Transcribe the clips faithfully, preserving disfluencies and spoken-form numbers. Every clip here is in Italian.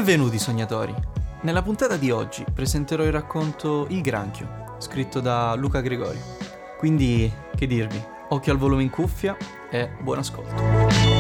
Benvenuti sognatori! Nella puntata di oggi presenterò il racconto Il Granchio, scritto da Luca Gregorio. Quindi, che dirvi, occhio al volume in cuffia e buon ascolto.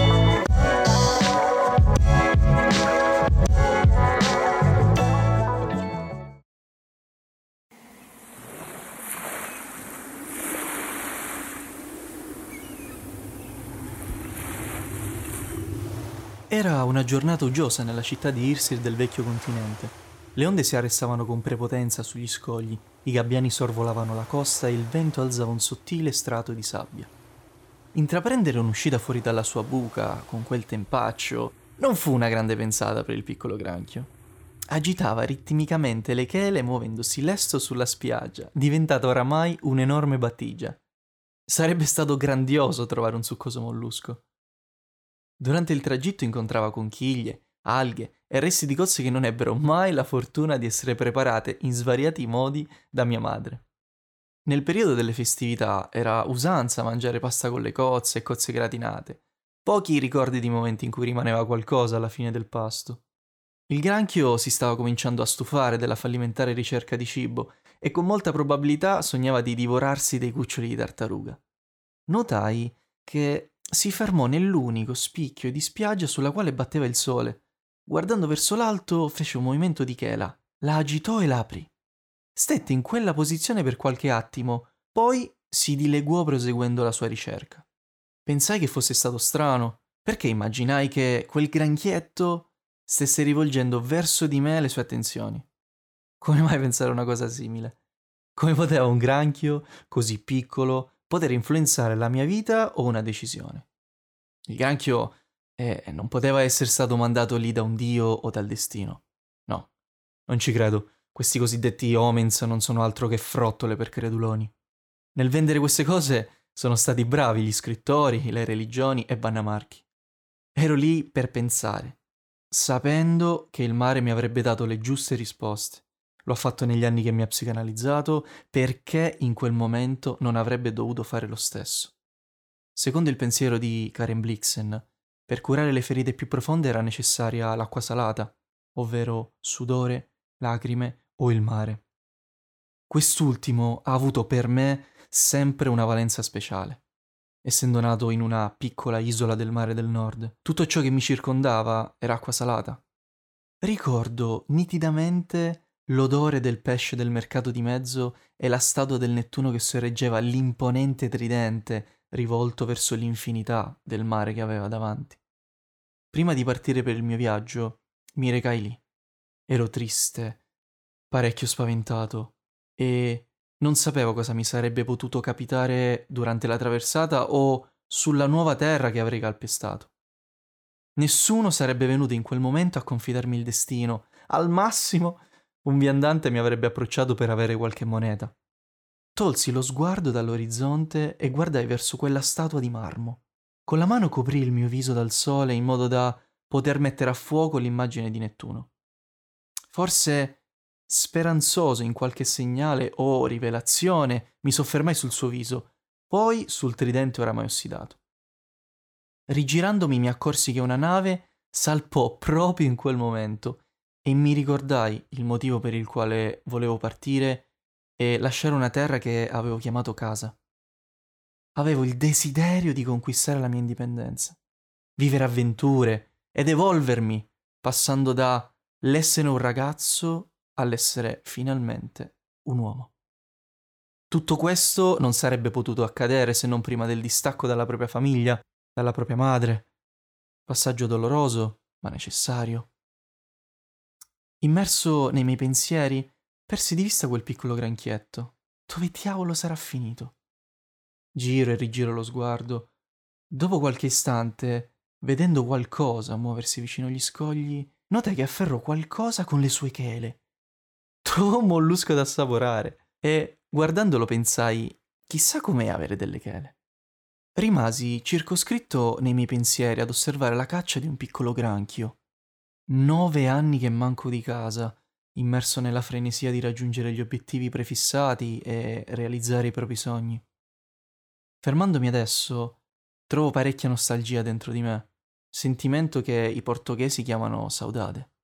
Era una giornata uggiosa nella città di Irsir del vecchio continente. Le onde si arrestavano con prepotenza sugli scogli, i gabbiani sorvolavano la costa e il vento alzava un sottile strato di sabbia. Intraprendere un'uscita fuori dalla sua buca, con quel tempaccio, non fu una grande pensata per il piccolo granchio. Agitava ritmicamente le chele muovendosi lesto sulla spiaggia, diventata oramai un'enorme battigia. Sarebbe stato grandioso trovare un succoso mollusco. Durante il tragitto incontrava conchiglie, alghe e resti di cozze che non ebbero mai la fortuna di essere preparate in svariati modi da mia madre. Nel periodo delle festività era usanza mangiare pasta con le cozze e cozze gratinate. Pochi i ricordi di momenti in cui rimaneva qualcosa alla fine del pasto. Il granchio si stava cominciando a stufare della fallimentare ricerca di cibo e con molta probabilità sognava di divorarsi dei cuccioli di tartaruga. Notai che si fermò nell'unico spicchio di spiaggia sulla quale batteva il sole. Guardando verso l'alto fece un movimento di chela, la agitò e la aprì. Stette in quella posizione per qualche attimo, poi si dileguò proseguendo la sua ricerca. Pensai che fosse stato strano, perché immaginai che quel granchietto stesse rivolgendo verso di me le sue attenzioni. Come mai pensare una cosa simile? Come poteva un granchio, così piccolo, poter influenzare la mia vita o una decisione? Il granchio eh, non poteva essere stato mandato lì da un dio o dal destino. No, non ci credo. Questi cosiddetti omens non sono altro che frottole per creduloni. Nel vendere queste cose sono stati bravi gli scrittori, le religioni e Bannamarchi. Ero lì per pensare, sapendo che il mare mi avrebbe dato le giuste risposte. Lo ha fatto negli anni che mi ha psicanalizzato, perché in quel momento non avrebbe dovuto fare lo stesso. Secondo il pensiero di Karen Blixen, per curare le ferite più profonde era necessaria l'acqua salata, ovvero sudore, lacrime o il mare. Quest'ultimo ha avuto per me sempre una valenza speciale. Essendo nato in una piccola isola del mare del nord, tutto ciò che mi circondava era acqua salata. Ricordo nitidamente l'odore del pesce del mercato di mezzo e la statua del Nettuno che sorreggeva l'imponente tridente rivolto verso l'infinità del mare che aveva davanti. Prima di partire per il mio viaggio, mi recai lì. Ero triste, parecchio spaventato e non sapevo cosa mi sarebbe potuto capitare durante la traversata o sulla nuova terra che avrei calpestato. Nessuno sarebbe venuto in quel momento a confidarmi il destino. Al massimo, un viandante mi avrebbe approcciato per avere qualche moneta. Tolsi lo sguardo dall'orizzonte e guardai verso quella statua di marmo. Con la mano coprì il mio viso dal sole in modo da poter mettere a fuoco l'immagine di Nettuno. Forse, speranzoso in qualche segnale o rivelazione, mi soffermai sul suo viso, poi sul tridente oramai ossidato. Rigirandomi mi accorsi che una nave salpò proprio in quel momento e mi ricordai il motivo per il quale volevo partire e lasciare una terra che avevo chiamato casa. Avevo il desiderio di conquistare la mia indipendenza, vivere avventure ed evolvermi, passando da l'essere un ragazzo all'essere finalmente un uomo. Tutto questo non sarebbe potuto accadere se non prima del distacco dalla propria famiglia, dalla propria madre. Passaggio doloroso, ma necessario. Immerso nei miei pensieri, persi di vista quel piccolo granchietto. Dove diavolo sarà finito? Giro e rigiro lo sguardo. Dopo qualche istante, vedendo qualcosa muoversi vicino agli scogli, notai che afferrò qualcosa con le sue chele. Trovò un mollusco da assaporare e, guardandolo, pensai, chissà com'è avere delle chele. Rimasi circoscritto nei miei pensieri ad osservare la caccia di un piccolo granchio. Nove anni che manco di casa, immerso nella frenesia di raggiungere gli obiettivi prefissati e realizzare i propri sogni. Fermandomi adesso, trovo parecchia nostalgia dentro di me, sentimento che i portoghesi chiamano saudade.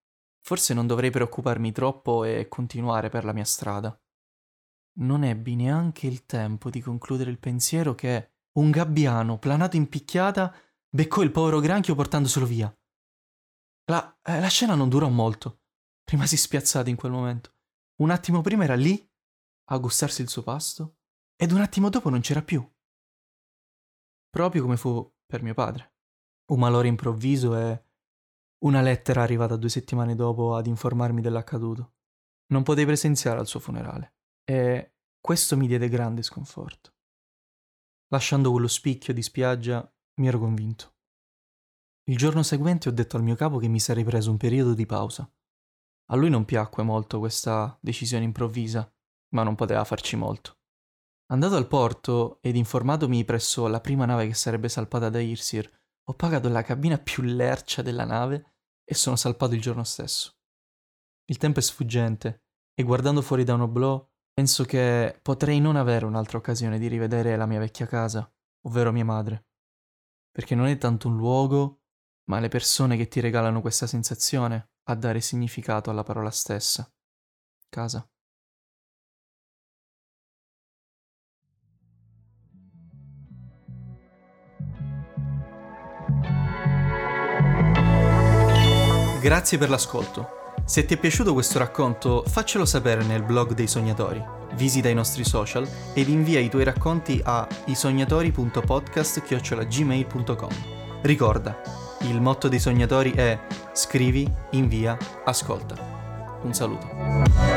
Forse non dovrei preoccuparmi troppo e continuare per la mia strada. Non ebbi neanche il tempo di concludere il pensiero che un gabbiano, planato in picchiata, beccò il povero granchio portandoselo via. La, eh, la scena non durò molto. Rimasi spiazzato in quel momento. Un attimo prima era lì, a gustarsi il suo pasto, ed un attimo dopo non c'era più. Proprio come fu per mio padre. Un malore improvviso e una lettera arrivata due settimane dopo ad informarmi dell'accaduto. Non potei presenziare al suo funerale e questo mi diede grande sconforto. Lasciando quello spicchio di spiaggia, mi ero convinto. Il giorno seguente ho detto al mio capo che mi sarei preso un periodo di pausa. A lui non piacque molto questa decisione improvvisa, ma non poteva farci molto. Andato al porto ed informatomi presso la prima nave che sarebbe salpata da Irsir, ho pagato la cabina più lercia della nave e sono salpato il giorno stesso. Il tempo è sfuggente e guardando fuori da un oblò penso che potrei non avere un'altra occasione di rivedere la mia vecchia casa, ovvero mia madre. Perché non è tanto un luogo, ma le persone che ti regalano questa sensazione a dare significato alla parola stessa. Casa. Grazie per l'ascolto. Se ti è piaciuto questo racconto, faccelo sapere nel blog dei Sognatori. Visita i nostri social ed invia i tuoi racconti a isognatori punto podcast chiocciola gmail punto com. Ricorda, il motto dei Sognatori è scrivi, invia, ascolta. Un saluto.